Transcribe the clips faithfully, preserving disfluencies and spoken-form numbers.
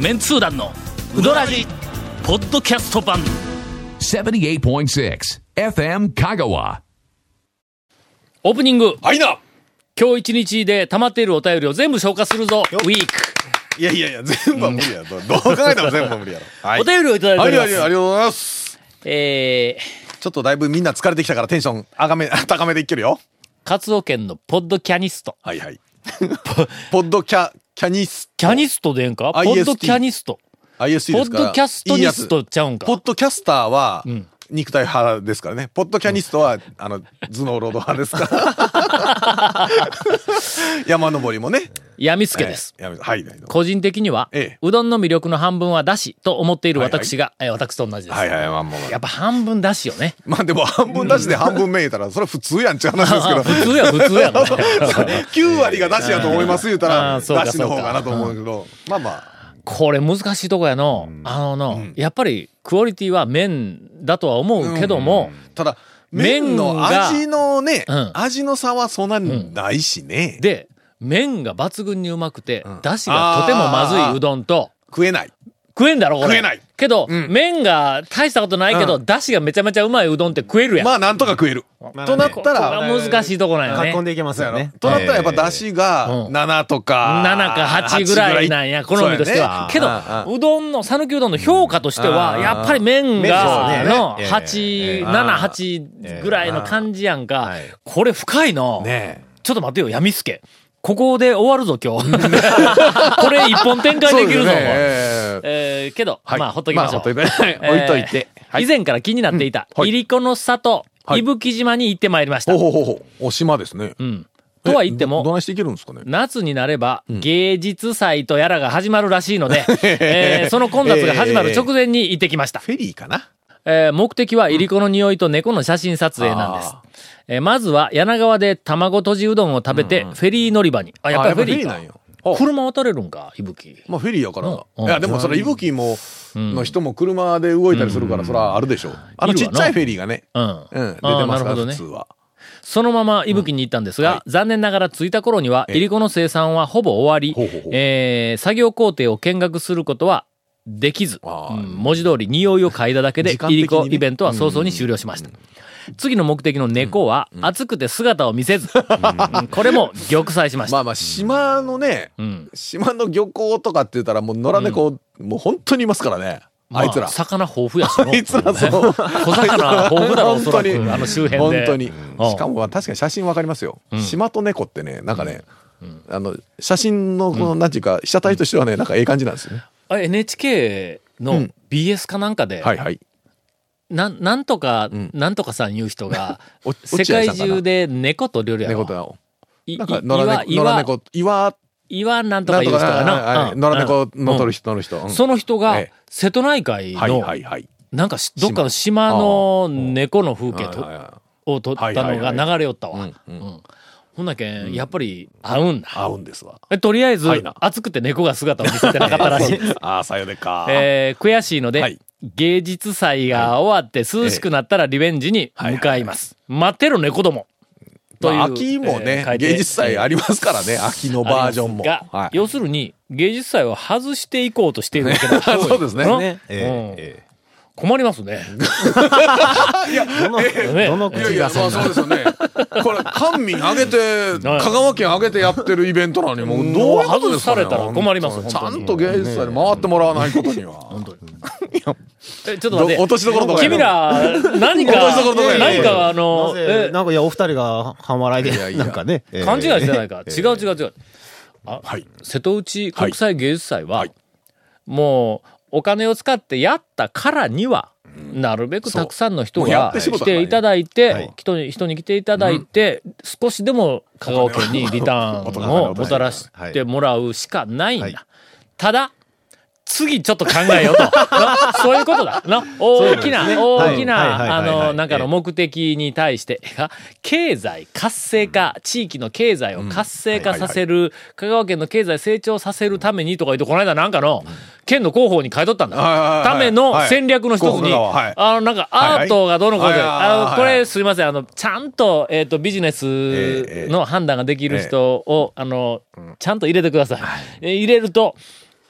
メンツー団のウドラジポッドキャスト版ななじゅうはちてんろく エフエム 香川。 オープニング、 はいな。 今日一日で溜まっているお便りを全部消化するぞウィーク。 いやいやいや、全部は無理やろ。どう考えても全部は無理やろ。はい。 お便りをいただいております。 はい、ありがとうございます。 えー、 ちょっとだいぶみんな疲れてきたからテンション上がめ高めでいけるよ。 カツオ県のポッドキャニスト。 はいはい。ポッドキャキャニスト。 キャニストでええんか？ポアイエスティーッドキャニスト。 アイエスティー ですから。 ポッドキャストニストちゃうんか。 ポッドキャスターは、 ん肉体派ですからね。ポッドキャニストは、あの頭脳労働派ですから山登りもね。 やみつけです、 えーやめはい、はい、 個人的には、 ええうどんの魅力の半分はだしと思っている私が、えー私と同じです、 はいはい、まあまあまあやっぱ半分だしよね。 まあでも半分出しで半分目言ったらそれは普通やんちゅう話ですけど普通や普通やろ、ね、 きゅう割が出しやと思います言うたあらーそうか出しの方かなと思うけど、まあまあこれ難しいとこやの、あのの、やっぱりクオリティは麺だとは思うけども、 ただ麺の味のね、 うん味の差はそんなにないしね、 で麺が抜群にうまくて、だしがとてもまずいうどんと食えない食えんだろこれ。 食えないけど、 ん麺が大したことないけど、だしがめちゃめちゃうまいうどんって食えるやん。 まあなんとか食える、 まあとなったここらが難しいとこなんよね。 囲んでいけますよね。 となったらやっぱ出汁がうんななとかななかはちぐらいなんや、好みとしては。けど、うどんの、讃岐うどんの評価としては、やっぱり麺が、 麺ですよの、 ねはち、なな、はちぐらいの感じやんか。これ深いの。 ねちょっと待ってよ、やみすけ。ここで終わるぞ、今日。これ一本展開できるぞ。 そうですねえーえーけど、 はいまあ、ほっときましょう。 まあほっといて置いといてえー以前から気になっていた、 はいいりこの里、 はい伊吹島に行ってまいりました。 ほうほうほうほうお島ですね、 うん。とは言っても、 どどないしていけるんですかね。 夏になれば芸術祭とやらが始まるらしいので、えーその混雑が始まる直前に行ってきました。 フェリーかな。 えー目的はいりこの匂いと猫の写真撮影なんです。えーまずは柳川で卵とじうどんを食べてフェリー乗り場に。あ、やっぱりフェリーか。 なんや。あ車渡れるんか、伊吹。 まあフェリーやから。 うんいやでもそれ伊吹もの人も車で動いたりするからそれはあるでしょう。あのいるわなちっちゃいフェリーがね、 うん。 うん出てあーますからなるほどね普通は。 そのまま伊吹に行ったんですが、残念ながら着いた頃には、いりこの生産はほぼ終わりほうほうほう、 えー作業工程を見学することはできず、 あーうん文字通り匂いを嗅いだだけで、 時間的にねいりこイベントは早々に終了しました。次の目的の猫は、暑くて姿を見せず、うんこれも玉砕しました。 まあまあ島のね、 ん島の漁港とかって言ったらもう野良猫もう本当にいますからね。あいつら。 魚豊富やしの。 あいつらそう。 小魚豊富だろ、おそらく。あの周辺で。 本当に。 うんしかもまあ確かに写真わかりますよ。島と猫ってね、なんかね、あの写真のこのなんていうか被写体としてはね、なんかええ感じなんですよね。 あれ エヌエイチケーのうんビーエス かなんかで、 はいはい。 なんなんとか、 んなんとかさんいう人がお世界中で猫と料理やろ猫といなんかい野良猫野良猫岩岩なんとかなんとかいう人がな、 はいうん野良猫うんの取る人の人。うんその人がええ瀬戸内海はいのはいはい。 なんかしどっかの島の猫の風景とはいはいはを撮ったのはいはいが流れよったわ。 うんうんうんほんなけん、やっぱり合うんだ。 合うんですわ。 えとりあえず、 はいな暑くて猫が姿を見せてなかったらしい。 ああ、さよでか。 えー悔しいので、 はい芸術祭が終わって涼しくなったらリベンジに向かいます。待ってろ猫ども。というまあ秋もねえー書い、て芸術祭ありますからね、秋のバージョンも。 ありますが、 はい要するに芸術祭を外していこうとしているわけだ。 そうですねんねうんええ困りますね。 どのねどのいやいや、 口がまあそうですよね。これ、官民挙げて、香川県挙げてやってるイベントなのに、もうどういうことですかね。 外されたら困りますちゃ本当にんと芸術祭に回ってもらわないことには。 えちょっと待って。 ど落としどころとかやな君ら、何か、 落としどころとかやな何かあの、 なぜえなんかいやお二人が半笑いでいやいやなんかねええ勘違いしてないか。違う違う違う。あ、 はい瀬戸内国際芸術祭は、 はいもう、お金を使ってやったからには、なるべくたくさんの人そうもうやがってしもたからね来ていただいて、 はい人に人に来ていただいて、少しでも香川県にリターンをもたらしてもらうしかないんだ。 はいただ、次ちょっと考えようと。なそういうことだ。な大きな、 そうですね大きはいはいはいな、あはいはいの、なんかの目的に対して、が経済活性化、地域の経済を活性化させる、香川県の経済成長させるためにとか言って、この間なんかの、県の広報に書いとったんだ。 はいはいはいための戦略の一つに、 はい広報側はいあの、なんかアートがどうのこうので、 はいはいあの、こはいはいれすいません、あの、ちゃんと、えっと、ビジネスの判断ができる人を、あの、ちゃんと入れてください。え入れると、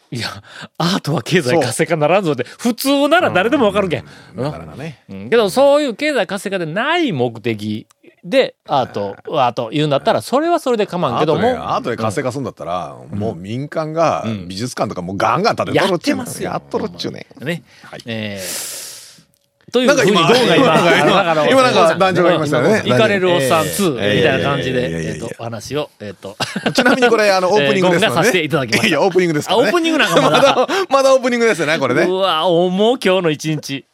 いや、アートは経済活性化ならんぞって、普通なら誰でもわかるけん。 うんなかなかね。 うんけど、そういう経済活性化でない目的で、アート、アート言うんだったら、それはそれで構わんけども。 アートで、アートで活性化するんだったら、もう民間が美術館とかもうガンガン建てとるっちゅうねん。 やってますよやっとるっちゅうねん。 ね。 はいえーというなんかふうに、 今、 ゴーが今、 今、今なんか男女がいましたよね。 イカれるおっさんツーみえーたいな感じいやいやいやいやで、えっと、お話を、えっと、 ちなみにこれ、あの、オープニングですえーゴンがさせていただきましたいや、オープニングですかあ、 らね。 オープニングなんかまだ。 まだ、まだオープニングですよね、これね。 うわ、思う今日の一日。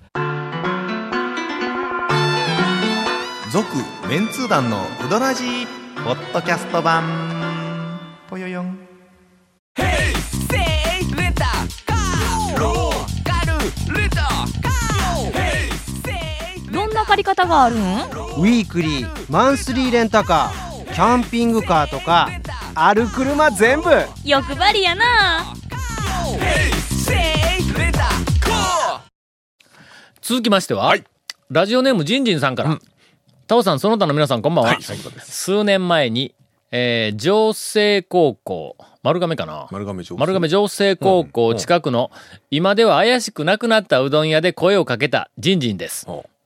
続メンツー団のウドラジーポッドキャスト版ぽよよん。 どんな借り方があるん？ ウィークリーマンスリーレンタカーキャンピングカーとかある車全部欲張りやな。 続きましては、 はいラジオネームジンジンさんから、タオさんその他の皆さんこんばんは、 はいそういうことです数年前に、えー、城西高校丸亀かな丸亀城丸亀城西高校近くの、今では怪しくなくなったうどん屋で声をかけたジンジンです。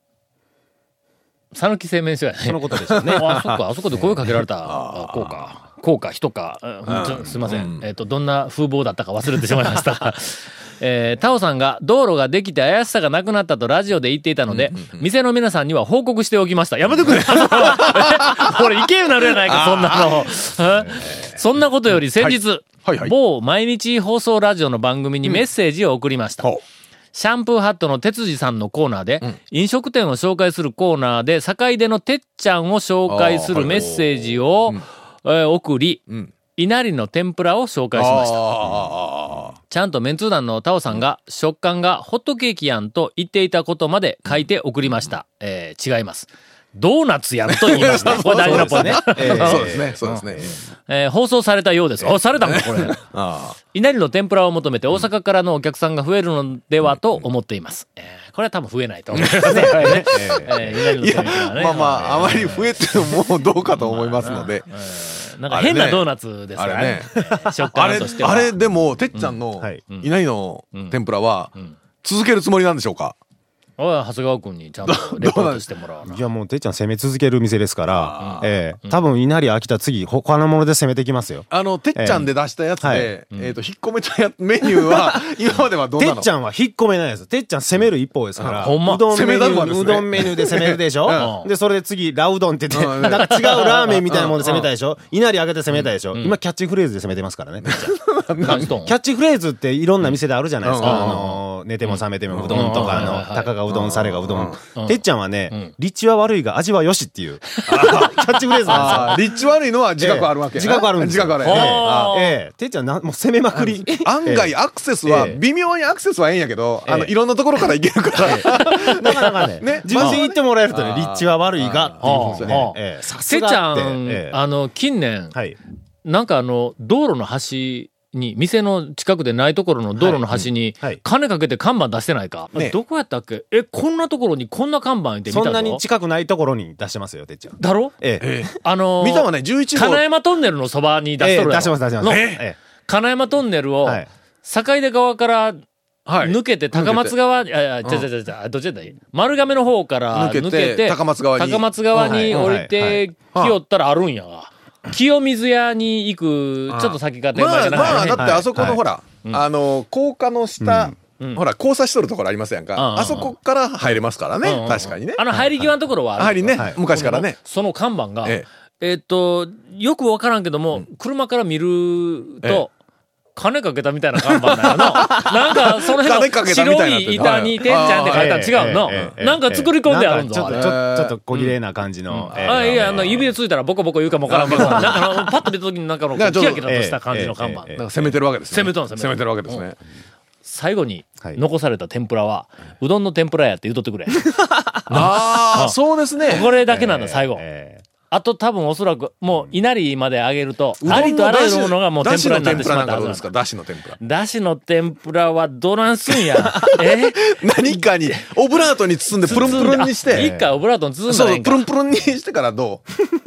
讃岐製麺所やね。 そのことでしょうね。 あ、そっか、あそこで声かけられた、あこうか、こうか、人か、うんちょすいません。えっと、どんな風貌だったか忘れてしまいました。えー、タオさんが道路ができて怪しさがなくなったとラジオで言っていたので、店の皆さんには報告しておきました。やめてくれ。これ、いけよなるやないか、そんなの。えそんなことより先日、 はいはい某毎日放送ラジオの番組にメッセージを送りました。 ほうシャンプーハットの哲司さんのコーナーで、飲食店を紹介するコーナーで、坂出のてっちゃんを紹介するメッセージを、えー送り、 ん稲荷の天ぷらを紹介しました。 あちゃんとメンツー団のタオさんが、食感がホットケーキやんと言っていたことまで書いて送りました。えー違います。ドーナツやんと言いました。これ大事なポイントね。 あそうですねそうですねえー放送されたようです。あ、されたんか、これ。 あ稲荷の天ぷらを求めて大阪からのお客さんが増えるのではと思っています。えーこれは多分増えないと思いますね。これねえー稲荷のいや天ぷらはね。 まあまああまり増えてもどうかと思いますのでなんか変なドーナツですからね。食あれ感としては。 あれでもてっちゃんのはい稲荷の天ぷらは続けるつもりなんでしょうか。 おい、長谷川君にちゃんとレポートしてもらわな。 いやもうてっちゃん攻め続ける店ですから、ええ多分稲荷飽きた次他のもので攻めてきますよ。 あのてっちゃんで出したやつはでえっと引っ込めたやメニューは今まではどうなの。 てっちゃんは引っ込めないです。てっちゃん攻める一方ですから。 ほんまうどんメニュー、 攻めだるまですねうどんメニューで攻めるでしょ、 うんで、それで次、ラウドンって言って、 うんなんか違うラーメンみたいなもので攻めたでしょ、稲荷あげて攻めたでしょ、今キャッチフレーズで攻めてますからね、てっちゃん。 何しとんキャッチフレーズっていろんな店であるじゃないですか。 うんあの、寝ても覚めてもうどんとか、あうんの、たかがうどん、されがうどんうん。 てっちゃんはね、立地は悪いが味はよしっていう、キャッチフレーズなんあー立地悪いのは自覚あるわけやな。 自覚あるんですよ自覚あるあーよね。 ですよ。ええ、てっちゃんな、もう攻めまくり。 案外アクセスはええ微妙にアクセスはええんやけどあのええいろんなところから行けるからなかなかね、 ね自分で言ってもらえるとね、立地は悪いがっていうふうにあーね、ええさてっちすがって。 ゃん、 ええあの、近年、 はい。 なんかあの、道路の端に、店の近くでないところの道路の端にはいうんはい、 金かけて看板出してないか。 ねどこやったっけえ、こんなところにこんな看板って見たぞそんなに近くないところに出してますよ、てっちゃん。 だろええ。 あのー、 見たわねじゅういち号金山トンネルのそばに出しとるやろええ出してます、出してます。 のええ金山トンネルを、 はい境出側からはい抜けて高松側、いやいや、違う違う違う、どっちだったらいい丸亀の方から抜けて抜けて、 高松側に高松側に降りてはいきよったらあるんやが。清水屋に行く、ちょっと先が手前まあじゃなくて、 まあだってあそこはいのほらあの高架の下ほら交差しとるところありますやんうんうんかあそこから入れますからうんうんうんね確かにねあの入り際のところはある。 入りねはい昔からねその看板が、 ええーっと、よくわからんけども、車から見るええと、金かけたみたいな看板なんやの。なんか、その辺金かのけたみたい白になってるい板にてんちゃんって書いたら違うのえええええ。えなんか作り込んであるんぞ。あれなんかちょっと、ちょちょっと小綺麗な感じの。ええあいや、あの、指でついたらボコボコ言うかもわからんけど、なんかあの、パッと見た時になんかの、 なんかちょっとキラキラとした感じの看板ええええええ。 なんか攻めてるわけですね攻めとん攻めとん攻めてるわけですね最後にはい残された天ぷらは、うどんの天ぷらやって言うとってくれ。 ああそうですねこれだけなんだ、最後。 ええあと多分おそらく、もう稲荷まで揚げると、 うどんのありとあらゆるものがもう天ぷらになってしまったはずなんだ。 だしの天ぷらだしの天ぷらはどなんすんや。え何かにオブラートに包んでプルンプルンにして一回オブラートに包んだそうそうプルらええんか。 ンプルンにしてからどう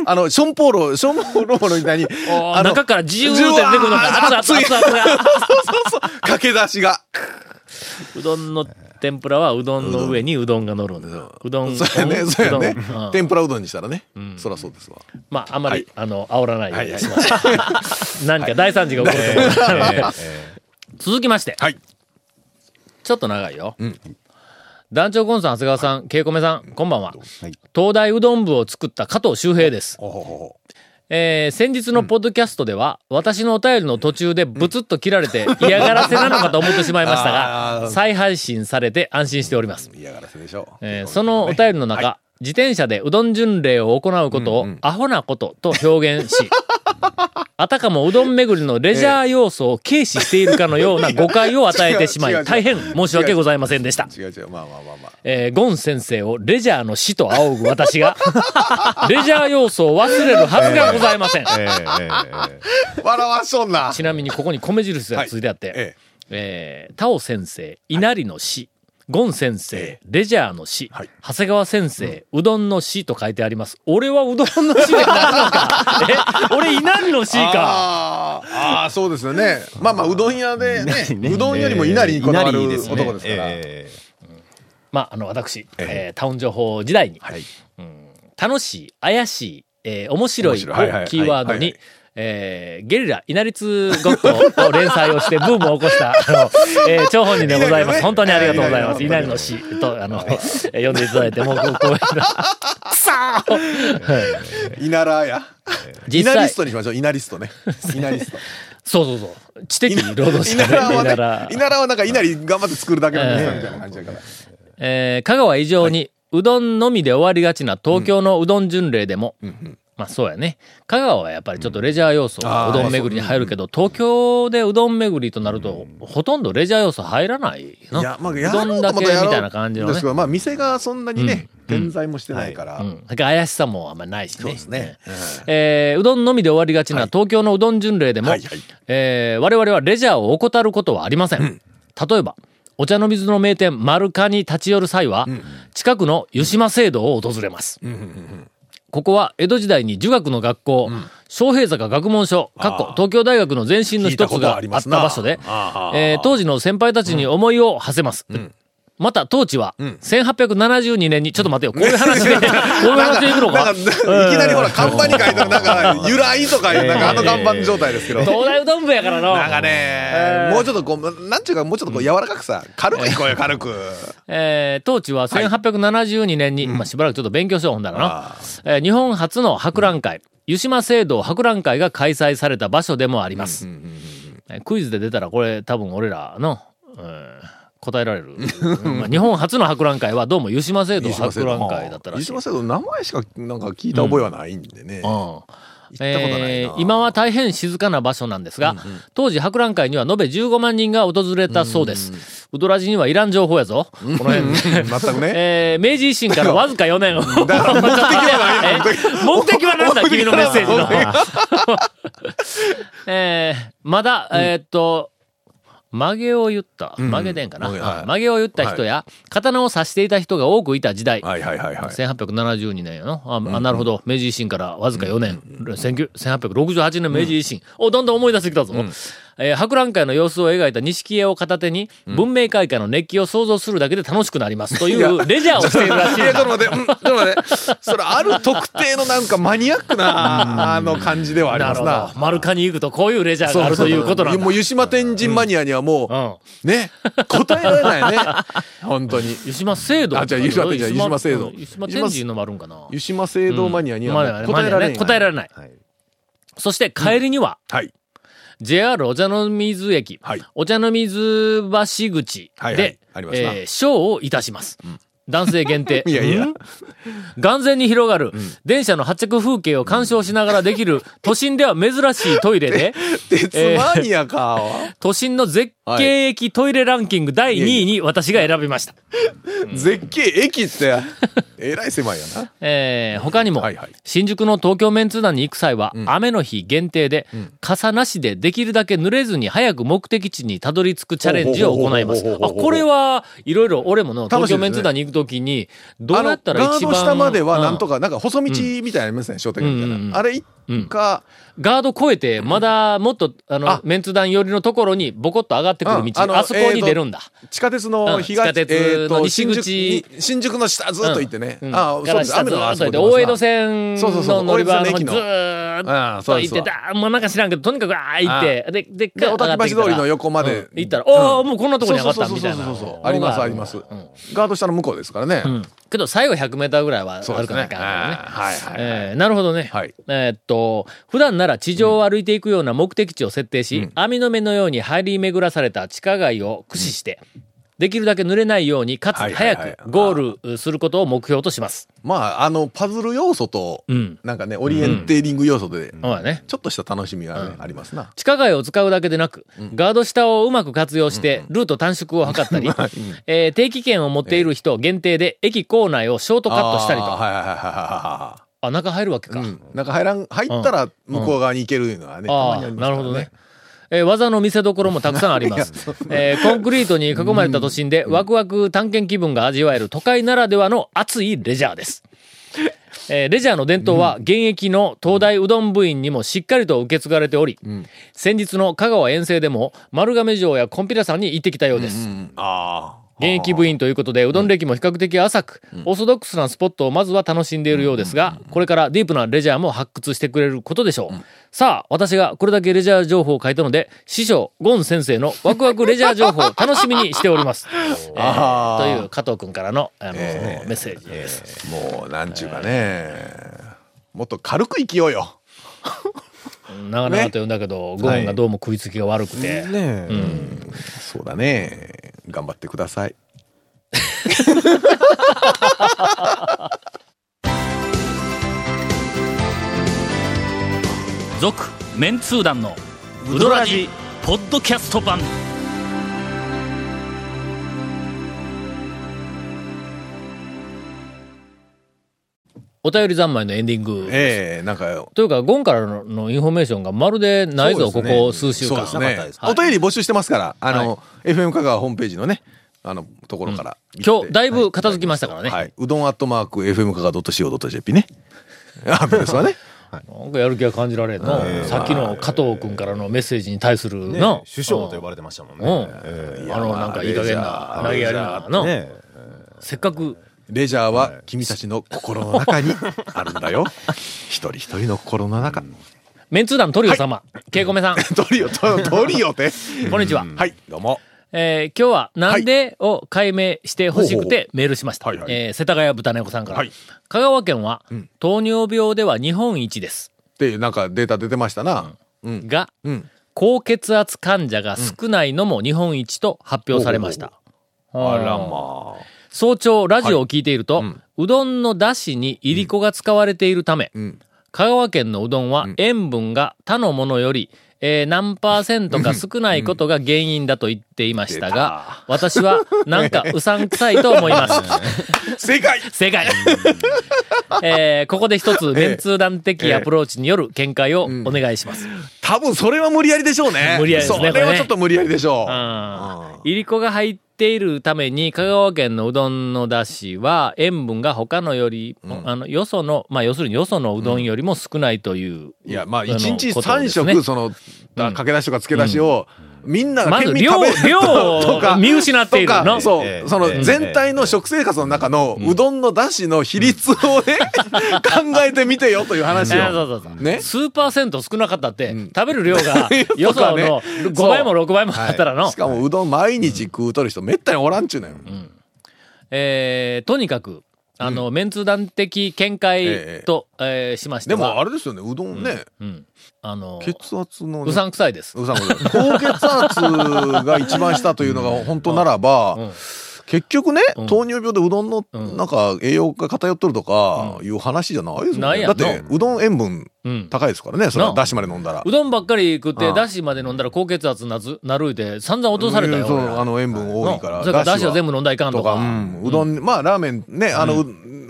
あの、ションポーロ、ションポーロモのみたいに、 あの中からジューって出てくるのか、熱々、熱々が。 そうそうそう、駆け出しが。 うどんの天ぷらはうどんの上にうどんが乗るんですよ。うどん。 そうやね、そうやね。 うん、 天ぷらうどんにしたらね。そらそうですわ。 まあ、あんまり、 はい、 あの、煽らないようにしましょう。何か大惨事が起こると思うので。続きまして。 はい。 ちょっと長いよ。うん、団長コンさん、長谷川さん、ケイコメさん、こんばんは。はい、東大うどん部を作った加藤周平です。ほほほほえー、先日のポッドキャストでは、うん、私のお便りの途中でブツッと切られて嫌がらせなのかと思ってしまいましたが、再配信されて安心しております。 嫌がらせでしょう。 えー、そのお便りの中、はい、自転車でうどん巡礼を行うことを、うんうん、アホなことと表現し、あたかもうどん巡りのレジャー要素を軽視しているかのような誤解を与えてしまい、大変申し訳ございませんでした。 違う違う、まあまあまあまあ。 えー、ゴン先生をレジャーの死と仰ぐ私が、レジャー要素を忘れるはずがございません。えーえーえー、笑わしとんな。 ちなみにここに米印がついてあって、はい、えーえー、タオ先生、稲荷の死。ゴン先生、えー、レジャーの死、はい、長谷川先生、うん、うどんの死と書いてあります。俺はうどんの死になるのかえ俺、稲荷の死か。 ああ、そうですよね。まあまあ、うどん屋でね、ねうどんよりも稲荷にこだわる男ですから。えーうん、まあ、あの、私、えーえー、タウン情報時代に、はいうん、楽しい、怪しい、えー、面白いをキーワードに、えー、ゲリラ、稲荷通ごっこを連載をしてブームを起こした、あの、えー、張本人でございます。本当にありがとうございます。稲荷の詩と、あの、読んでいただいて、もう、こう、こう、くそー稲らや。稲リストにしましょう、稲リストね。稲リスト。 そうそうそう。知的労働者ね。 稲ら。稲らはなんか稲荷頑張って作るだけのみたいな感じだから。 えー、香川以上に、うどんのみで終わりがちな東京のうどん巡礼でも、うんうんまあそうやね。香川はやっぱりちょっとレジャー要素、うん、うどん巡りに入るけど、東京でうどん巡りとなると、うん、ほとんどレジャー要素入らないの。いや、まあ、うどんだけみたいな感じのね。 ですが、まあ店がそんなにね、うん、点在もしてないから。うん。 だから怪しさもあんまりないしね。 そうですね。 うん、えー、うどんのみで終わりがちな東京のうどん巡礼でも、はいはいはい、えー、我々はレジャーを怠ることはありません。うん、例えば、お茶の水の名店、マルカに立ち寄る際は、うん、近くの湯島聖堂を訪れます。うんうんうんうんここは江戸時代に儒学の学校、うん、昌平坂学問所、かっこ東京大学の前身の一つがあった場所で、えー、当時の先輩たちに思いを馳せます。うん、また当地は、うん、せんはっぴゃくななじゅうにねんに、ちょっと待てよ、こういう話で、こういう話でいくのか。 いきなりほら、看板に書いてる、なんか、由来とかいう、なんかあの看板状態ですけど。 東大うどん部やからの。 なんかね、もうちょっとこう、なんちゅうか、もうちょっとこう柔らかくさ、軽くいこうよ、軽く。 えー、当地はせんはっぴゃくななじゅうにねんに、まあしばらくちょっと勉強しようほんだらな。えー、日本初の博覧会、湯島聖堂博覧会が開催された場所でもあります。クイズで出たら、これ多分俺らの、答えられる。まあ日本初の博覧会はどうも湯島聖堂博覧会だったらしい。 湯島聖堂名前しかなんか聞いた覚えはないんでね。うんうんえー、今は大変静かな場所なんですが、うんうん、当時博覧会には延べじゅうごまんにんが訪れたそうです。うどらじにはいらん情報やぞ。この辺。全くね。えー、明治維新からわずかよねん。目的は何目的は何だ君のメッセージの。えー、まだ、えー、っと、曲げを言った。曲げでんかな。うんはい、曲げを言った人や、はい、刀を刺していた人が多くいた時代。はいはいはいはい、せんはっぴゃくななじゅうにねんやの。あ、うんうん、あなるほど。明治維新からわずかよねん。うんうん、せんはっぴゃくろくじゅうはちねん明治維新。うん、お、どんどん思い出してきたぞ。うんえー、博覧会の様子を描いた錦絵を片手に、文明開化の熱気を想像するだけで楽しくなります。というレジャーをしているらしい。いや、 ちょっと待って、うん、ちょっと待って。それある特定のなんかマニアックな、あの感じではありますな。なるほど。 マルカに行くとこういうレジャーがあるということなんだ。そうそうそうもう湯島天神マニアにはもう、うん、ね、答えられないね。本当に。 湯島聖堂。 あ、じゃあ湯島天神、湯島聖堂。 湯島天神のもあるんかな。 湯島聖堂マニアには答えられない。 答えられない。そして帰りには、はい。ジェイアール お茶の水駅、はい、お茶の水橋口で、はいはいえー、ショーをいたします。うん、男性限定。いやいや。眼前に広がる、うん、電車の発着風景を鑑賞しながらできる、都心では珍しいトイレで、 鉄マニアか、 えー、都心の絶景駅トイレランキングだいにいに私が選びました。 絶景駅って。 えらい狭いやな。 えー、他にも、 はいはい新宿の東京メンツ団に行く際は、雨の日限定で、傘なしでできるだけ濡れずに早く目的地にたどり着くチャレンジを行います。あ、これはいろいろ俺もの東京メンツ団に行くときに、どうやったら一番。 ガード下まではなんとか、なんか細道みたいなのありますね、商店街みたいな。 うんうんあれか、 ガード越えて、まだもっと、あの、 あメンツ団寄りのところにボコッと上がってくる道、 ああのあそこに出るんだ。 地下鉄の東、 うん地下鉄の西口新宿に新宿の下ずっと行ってね。 うんああ、そうです。 から下ず雨のーっと行って、大江戸線そうそうそうの乗り場の方にず大江戸線のーっと行って、だもうなんか知らんけど、とにかくあー行って、で、で、 で、おたき橋通りの横まで。 行ったら、おー、もうこんなとこに上がったみたいな。 そうそうそうそうありますあります。ガード下の向こうですからね。 うんけど最後ひゃくメーターぐらいはあそうですね。 るかないかんからね。 はいはい。 えーなるほどね。 はいえーっと、普段なら地上を歩いていくような目的地を設定し、網の目のように張り巡らされた地下街を駆使して、できるだけ濡れないように、かつはいはいはい早くゴールすることを目標とします。 まあ、あの、パズル要素とうん、 なんかね、オリエンテーリング要素で、 そうだね。 ちょっとした楽しみがねありますな。 地下街を使うだけでなく、ガード下をうまく活用して、ルート短縮を図ったり、えー定期券を持っている人限定で駅構内をショートカットしたりと。 あーはいはいはいはいはあ、中入るわけか。 いはい。うん。なんか入らん、入ったら向こう側に行けるのはね、たまああ、 にありますからなるほどね。。えー技の見せ所もたくさんあります。えーコンクリートに囲まれた都心でワクワク探検気分が味わえる都会ならではの熱いレジャーです。えーレジャーの伝統は現役の東大うどん部員にもしっかりと受け継がれており、先日の香川遠征でも丸亀城やコンピラ山に行ってきたようです。 うん。ああ。 現役部員ということで、うどん歴も比較的浅く、オーソドックスなスポットをまずは楽しんでいるようですが、これからディープなレジャーも発掘してくれることでしょう。さあ、私がこれだけレジャー情報を書いたので、師匠、ゴン先生のワクワクレジャー情報を楽しみにしております。えーという加藤君からの、あのえーメッセージです。 もう、なんちゅうかね、もっと軽く生きようよ。 長々と読んだけど、ゴンがどうも食いつきが悪くて。 ねえ。 そうだね。頑張ってください。 続メンツー団のウドラジポッドキャスト版。お便り三昧のエンディング。 ええなんか、 というか、ゴンからののインフォメーションがまるでないぞ、 そうですねここ数週間。 そうですねなかったです。 お便り募集してますから、あはの、エフエム 香川ホームページのね、あの、ところから見て。 今日、だいぶ片付きましたからね。 はい。うどんアットマーク エフエム 香川 ドットシーオー ドットジェーピー ね。アドレスはね。 なんかやる気が感じられんの。さっきの加藤君からのメッセージに対するねの。 首相と呼ばれてましたもんうんね。えあの、なんかいい加減な投げやりなの。 ねせっかく、 レジャーは君たちの心の中にあるんだよ。一人一人の心の中。 メンツー団トリオ様、ケイコメさん、 トリオ、トトリオって。 こんにちは。 はい、どうも。 えー今日はなんでを解明してほしくてメールしました。 はいはいえー世田谷豚猫さんから。 はい香川県は糖尿病では日本一です。 で、なんかデータ出てましたな。うん。 が、 うん。 高血圧患者が少ないのも日本一と発表されました。 あらまあ。 早朝ラジオを聞いていると、 はいううどんの出汁にいりこが使われているため、 うん。 香川県のうどんは塩分が他のものより、えー何パーセントか少ないことが原因だと言っていましたが、私はなんかうさんくさいと思います。 正解正解、えーここで一つメンツー団的アプローチによる見解をお願いします。 多分それは無理やりでしょうね。 無理やりですねそれこれねはちょっと無理やりでしょう。 うんいりこが入っているために香川県のうどんの出汁は塩分が他のより、あのよそのまあ要するによそのうどんよりも少ないという、 いや、まあ、 の一日こと三ですね食、その、だかけ出しとかつけ出しを、みんながまず量県民食べる量とかを見失っているとかの。 そう、 ええそのええ全体の食生活の中のうどんの出汁の比率をね、考えてみてよという話えーそうを。 そうそうね。 数パーセント少なかったって、 ん食べる量がよそのごばいもろくばいもあったらの、 しかもうどん毎日食うとる人めったにおらんちゅうのよ。 えーとにかくあの、メンツ団的見解と、えーしましてでは、 もあれですよね、うどんね、 うんあの血圧のね、 うさんくさいです。 うさんくさい高血圧が一番下というのが本当ならば、結局ね、糖尿病でうどんのなんか栄養が偏っとるとかいう話じゃないですもんね。 ないやんだってうどん塩分うん高いですからね、それはなだしまで飲んだら。 うどんばっかり食って、 うんだしまで飲んだら高血圧なずなるで、散々落とされたよ。 そう俺らあの塩分多いから。 それからだしを全部飲んだらいかんとか。 とか、うん、うどん、まあラーメンね、あの、う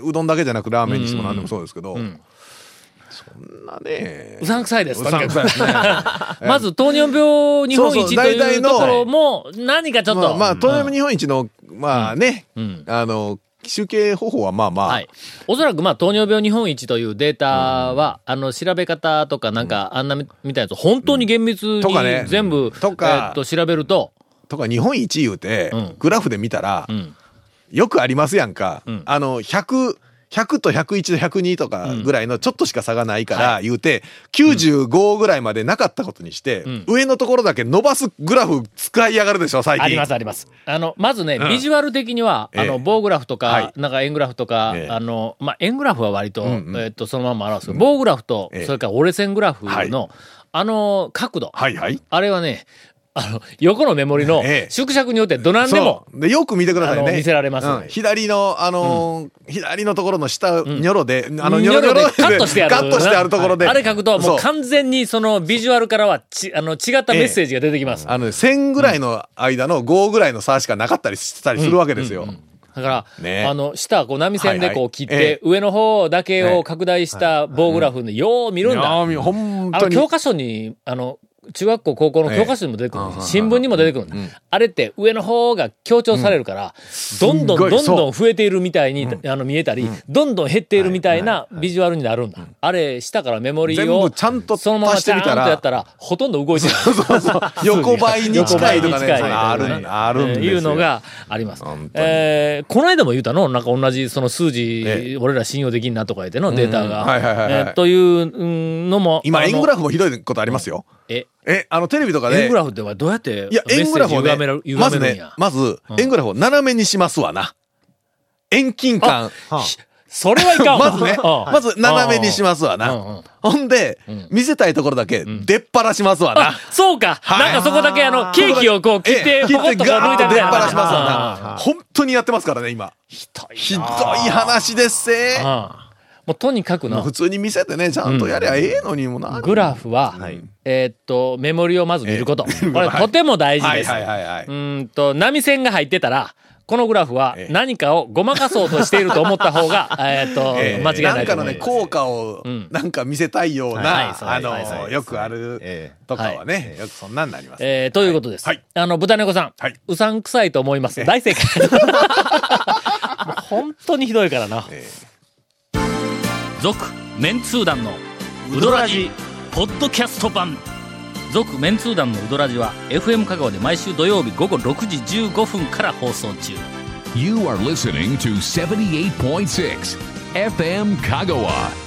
うどんだけじゃなくラーメンにしても何でもそうですけど、 うんうんそんなねうさんくさいです。 うさんくさいですねまず糖尿病日本一とそうそう大体のいうところも何かちょっと。 まあ、まあ、糖尿病日本一の、まあね、 うんあの、集計方法はまあまあ、 はい。おそらくまあ糖尿病日本一というデータは、あの調べ方とかなんかあんなみみたいなやつ本当に厳密にとかね全部、 とかえっと調べると、 とか日本一言うて、 うんグラフで見たら、 うんよくありますやんか。 うんあの、ひゃく、ひゃくとひゃくいちとひゃくにとかぐらいのちょっとしか差がないから言うて、きゅうじゅうごぐらいまでなかったことにして、 ん上のところだけ伸ばすグラフ使いやがるでしょ、最近。 ありますあります。あの、まずね、 うんビジュアル的には、あの、 ええ棒グラフとか、 はいなんか円グラフとか、 ええあの、まあ、円グラフは割と、 うんうんえっと、そのまま表すけど、棒グラフと、 ええそれから折れ線グラフの、 はいあの、角度。 はいはい。 あれはね、あの、横のメモリのええ縮尺によってどなんでも、 そう。で、よく見てくださいあのね。 見せられますうん左の、あのー左のところの下、ニョロで、あの、 ニョロでカットしてある。 カットしてあるところで。 あれ書くと、もそう完全にそのビジュアルからはち、あの、違ったメッセージが出てきます。 あの、線ぐらいの間のごぐらいの差しかなかったりしたりするわけですよ。 だから、 ねあの、下、こう、波線でこう切って、 はいはいええ上の方だけを拡大した棒グラフで、よう見るんだ。 いやー本あの、 当に。 教科書に、あの、中学校、高校の教科書にも出てくるんだ、 ええ新聞にも出てくるんだ、 うんあれって上の方が強調されるから、どんどんすっごいどんどん増えているみたいに、あの見えたり、どんどん減っているみたいなビジュアルになるんだ。あれ、下からメモリ全を部ちゃんとそのままちゃんとやったら、ほとんど動いてない。 そうそう。横ばいに近いとかね。 横ばいに近いあるんだ、あるんですよ。 いうのがあります本当に。 えーこの間も言うたのなんか同じその数字、 ええ俺ら信用できんなとか言ってのデータが。 うんはいはいはいはいえーといううんのも。 今、 あの円グラフもひどいことありますよ。 え、 え、あの、テレビとかで。 円グラフではどうやっていや、 メッセージ円グラフを歪める、 ね、まずね歪めるんや。、 まず、円グラフを斜めにしますわな。遠近感。 それはいかんわ。 まずね、 うんまず斜めにしますわうんう。 なんほんで、見せたいところだけ出っ張らしますわな。 そうか。 はいなんかそこだけあの、ケーキをこう切って、 ええポコッとこう抜いてみガーッと出ったいな。 張らしますわあな。本当にやってますからね、今。 ひどいひどい話ですせ。 ああもうとにかくの普、通に見せてね、ちゃんとやりゃええのにもな。 グラフは、えーっと、メモリをまず見ること。これとても大事です。 はいはいはいはい。 うーんと、波線が入ってたら、このグラフはええ何かをごまかそうとしていると思った方が、えーっと、 ええ間違いないと思います。 なんかのね、効果をんなんか見せたいようはいな、 そうあはいそうの、よくあるえとかはね、よくそんなんなります。 えーということです。 はいあの、豚猫さん、 はいうさんくさいと思います。大正解。もう本当にひどいからな。続、メンツー団のウドラジポッドキャスト版。続メンツー団のウドラジは エフエム 香川で毎週土曜日午後ろくじじゅうごふんから放送中。 You are listening to seventy-eight point six F M Kagawa.